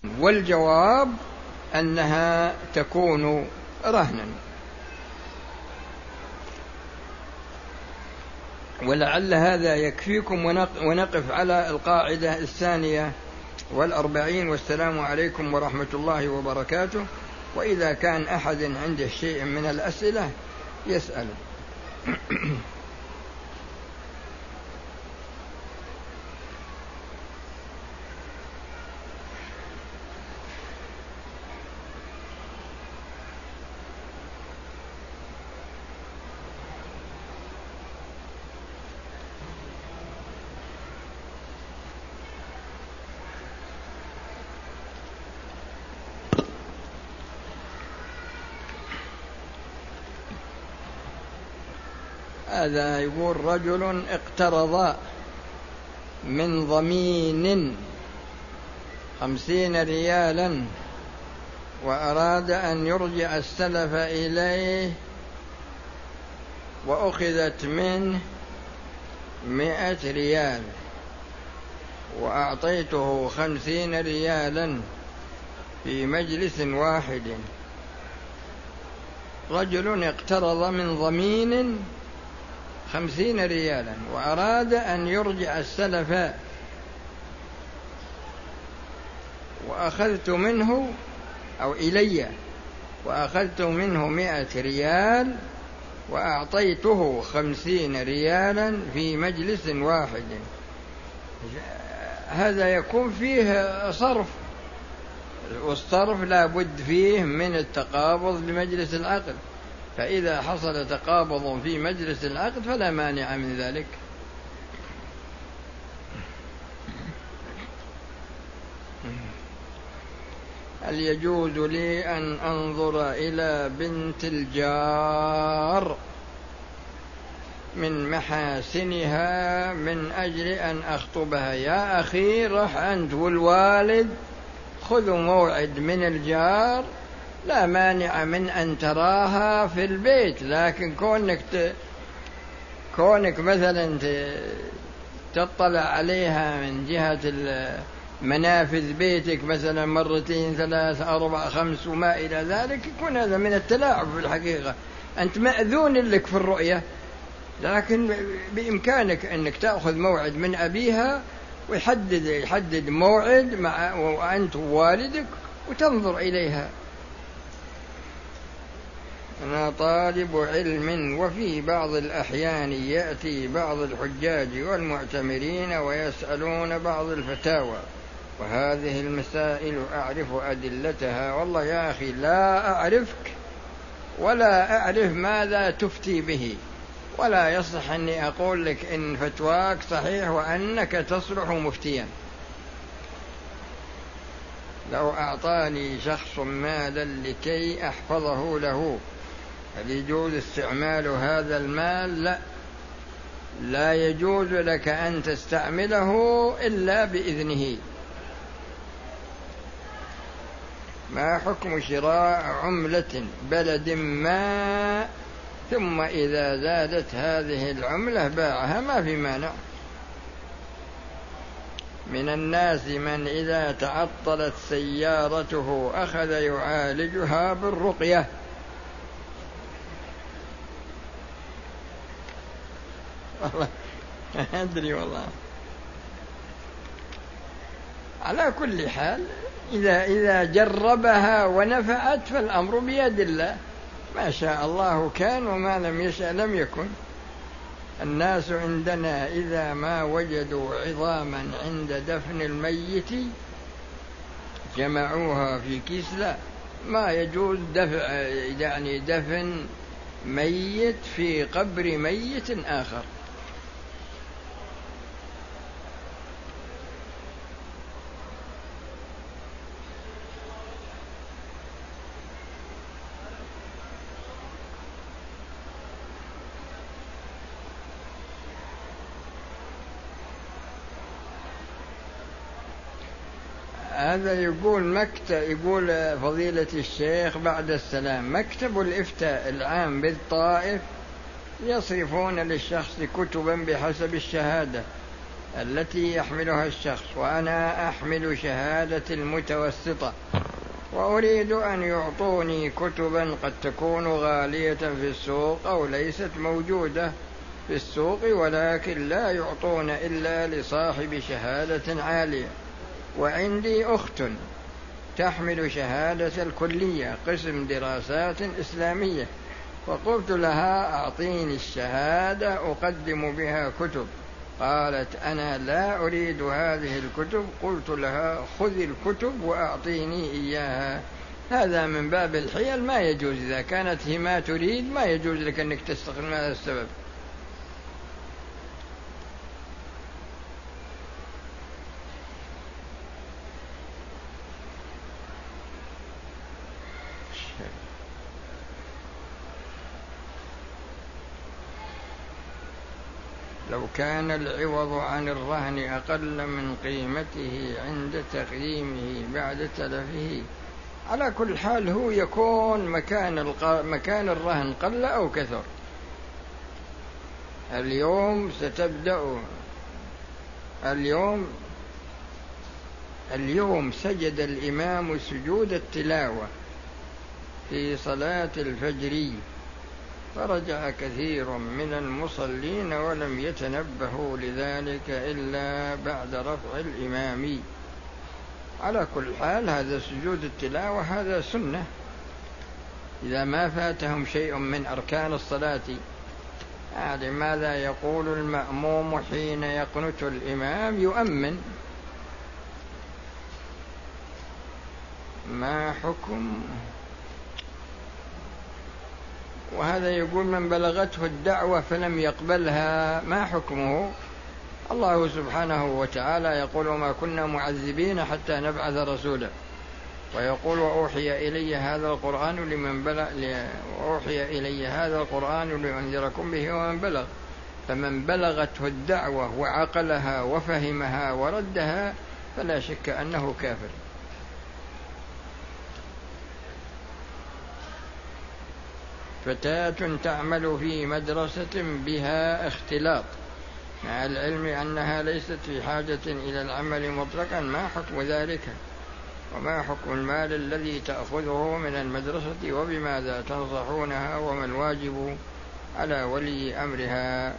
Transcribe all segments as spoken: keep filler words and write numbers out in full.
والجواب أنها تكون رهنا. ولعل هذا يكفيكم، ونقف على القاعدة الثانية والأربعين. والسلام عليكم ورحمة الله وبركاته. وإذا كان أحد عنده شيء من الأسئلة يسأل. هذا يقول: رجل اقترض من ضمين خمسين ريالا وأراد أن يرجع السلف إليه، وأخذت منه مئة ريال وأعطيته خمسين ريالا في مجلس واحد. رجل اقترض من ضمين خمسين ريالا وأراد أن يرجع السلف، وأخذت منه أو إلي وأخذت منه مئة ريال وأعطيته خمسين ريالا في مجلس واحد. هذا يكون فيه صرف، والصرف لا بد فيه من التقابض بمجلس العقد، فإذا حصل تقابض في مجلس العقد فلا مانع من ذلك. هل يجوز لي أن أنظر إلى بنت الجار من محاسنها من أجل أن أخطبها؟ يا أخي، رح أنت والوالد خذوا موعد من الجار، لا مانع من أن تراها في البيت، لكن كونك ت... كونك مثلا ت... تطلع عليها من جهة منافذ بيتك مثلا مرتين ثلاث أربع خمس وما إلى ذلك، يكون هذا من التلاعب في الحقيقة. أنت مأذون لك في الرؤية، لكن بإمكانك أنك تأخذ موعد من أبيها ويحدد يحدد موعد مع وأنت ووالدك وتنظر إليها. أنا طالب علم، وفي بعض الأحيان يأتي بعض الحجاج والمعتمرين ويسألون بعض الفتاوى، وهذه المسائل أعرف أدلتها. والله يا أخي لا أعرفك ولا أعرف ماذا تفتي به، ولا يصح أني أقول لك إن فتواك صحيح وأنك تصلح مفتيا. لو أعطاني شخص مالا لكي أحفظه له، هل يجوز استعمال هذا المال؟ لا، لا يجوز لك أن تستعمله إلا بإذنه. ما حكم شراء عملة بلد ما ثم إذا زادت هذه العملة باعها؟ ما في مانع. من الناس من إذا تعطلت سيارته أخذ يعالجها بالرقية. والله أدري والله. على كل حال إذا إذا جربها ونفعت فالأمر بيد الله، ما شاء الله كان وما لم يشاء لم يكن. الناس عندنا إذا ما وجدوا عظاما عند دفن الميت جمعوها في كيس. لا، ما يجوز دفع يعني دفن ميت في قبر ميت آخر. هذا يقول مكتب، يقول فضيلة الشيخ بعد السلام، مكتب الإفتاء العام بالطائف يصرفون للشخص كتبا بحسب الشهادة التي يحملها الشخص، وأنا أحمل شهادة المتوسطة، وأريد أن يعطوني كتبا قد تكون غالية في السوق أو ليست موجودة في السوق، ولكن لا يعطون إلا لصاحب شهادة عالية. وعندي أخت تحمل شهادة الكلية قسم دراسات إسلامية، فقلت لها أعطيني الشهادة أقدم بها كتب، قالت أنا لا أريد هذه الكتب. قلت لها خذ الكتب وأعطيني إياها. هذا من باب الحيل، ما يجوز. إذا كانت هي ما تريد ما يجوز لك أنك تستخدم هذا السبب. لو كان العوض عن الرهن أقل من قيمته عند تقييمه بعد تلفه، على كل حال هو يكون مكان, الق... مكان الرهن قل أو كثر. اليوم ستبدأ اليوم اليوم سجد الإمام سجود التلاوة في صلاة الفجر، فرجع كثير من المصلين ولم يتنبهوا لذلك إلا بعد رفع الإمام. على كل حال هذا سجود التلاوة هذا سنة، إذا ما فاتهم شيء من أركان الصلاة. يعني ماذا يقول المأموم حين يقنت الإمام؟ يؤمن. ما حكم؟ وهذا يقول من بلغته الدعوة فلم يقبلها ما حكمه؟ الله سبحانه وتعالى يقول وما كنا معذبين حتى نبعث رسولا، ويقول وأوحي إلي هذا القرآن لمن بلغ وأوحي إلي هذا القرآن لأنذركم به ومن بلغ. فمن بلغته الدعوة وعقلها وفهمها وردها فلا شك أنه كافر. فتاة تعمل في مدرسة بها اختلاط مع العلم أنها ليست في حاجة إلى العمل مطلقا، ما حكم ذلك؟ وما حكم المال الذي تأخذه من المدرسة؟ وبماذا تنصحونها؟ وما الواجب على ولي أمرها؟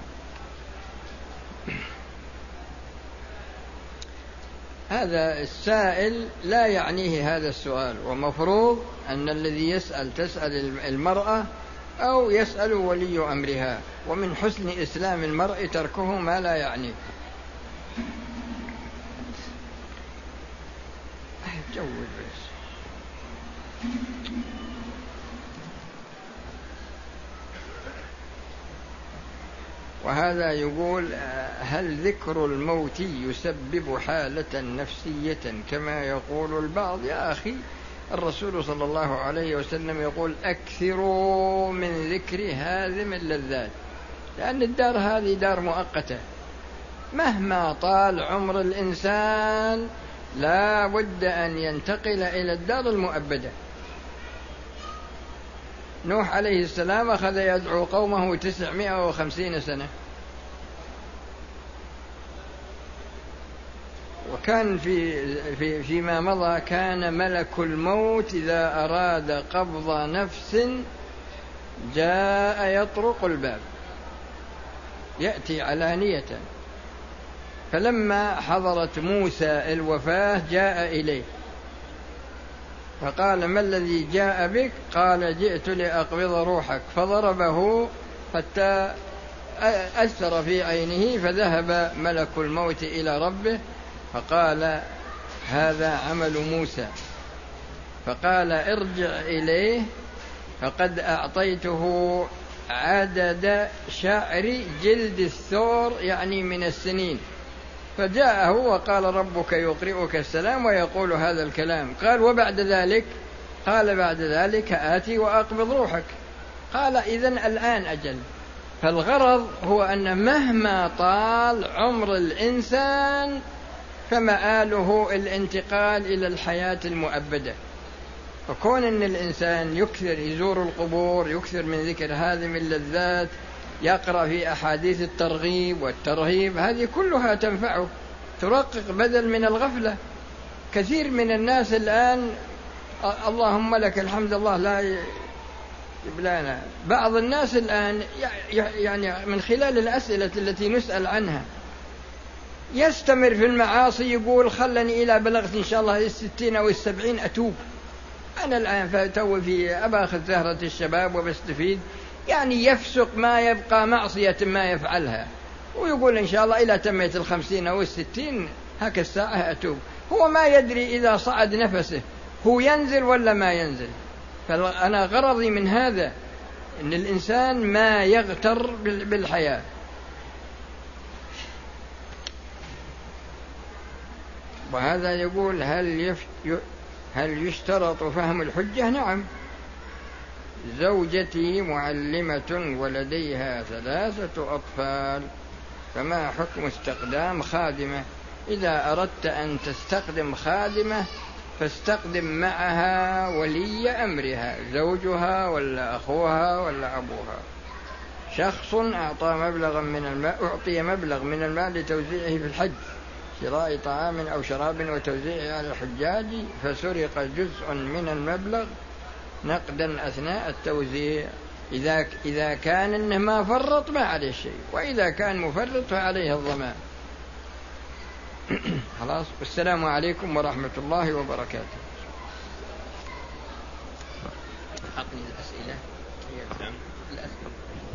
هذا السائل لا يعنيه هذا السؤال، ومفروض أن الذي يسأل تسأل المرأة أو يسأل ولي أمرها، ومن حسن إسلام المرء تركه ما لا يعنيه. جود بس. وهذا يقول هل ذكر الموت يسبب حالة نفسية كما يقول البعض؟ يا أخي الرسول صلى الله عليه وسلم يقول أكثروا من ذكر هاذم اللذات، لأن الدار هذه دار مؤقتة، مهما طال عمر الإنسان لا بد أن ينتقل إلى الدار المؤبدة. نوح عليه السلام أخذ يدعو قومه تسعمائة وخمسين سنة، وكان في في فيما مضى كان ملك الموت إذا أراد قبض نفس جاء يطرق الباب، يأتي علانية. فلما حضرت موسى الوفاة جاء إليه فقال ما الذي جاء بك؟ قال جئت لأقبض روحك، فضربه حتى أثر في عينه، فذهب ملك الموت إلى ربه فقال هذا عمل موسى، فقال ارجع إليه فقد أعطيته عدد شعر جلد الثور، يعني من السنين. فجاءه وقال ربك يقرئك السلام ويقول هذا الكلام. قال وبعد ذلك؟ قال بعد ذلك آتي وأقبض روحك. قال إذن الآن أجل. فالغرض هو أن مهما طال عمر الإنسان فمآله الانتقال إلى الحياة المؤبدة. فكون أن الإنسان يكثر يزور القبور، يكثر من ذكر هذه اللذات، يقرأ في أحاديث الترغيب والترهيب، هذه كلها تنفعه، ترقق بدل من الغفلة. كثير من الناس الآن اللهم لك الحمد الله لا يبلانا، بعض الناس الآن يعني من خلال الأسئلة التي نسأل عنها يستمر في المعاصي، يقول خلني إلى بلغت إن شاء الله الستين أو السبعين أتوب. أنا الآن فتو في أباخذ زهرة الشباب وبستفيد، يعني يفسق ما يبقى معصية ما يفعلها، ويقول إن شاء الله إلى تميت الخمسين أو الستين هك الساعة أتوب. هو ما يدري إذا صعد نفسه هو ينزل ولا ما ينزل. فأنا غرضي من هذا أن الإنسان ما يغتر بالحياة. وهذا يقول هل, يف... هل يشترط فهم الحجة؟ نعم. زوجتي معلمة ولديها ثلاثة أطفال، فما حكم استخدام خادمة؟ إذا أردت أن تستخدم خادمة فاستخدم معها ولي أمرها، زوجها ولا أخوها ولا أبوها. شخص أعطى مبلغا من المال أعطي مبلغ من المال لتوزيعه في الحج، شراء طعام أو شراب وتوزيعه على الحجاج، فسرق جزء من المبلغ نقدا أثناء التوزيع. إذا إذا كان إنه ما فرط ما عليه شيء، وإذا كان مفرط فعليه الضمان. خلاص. والسلام عليكم ورحمة الله وبركاته. أعطني الأسئلة. الأسئلة.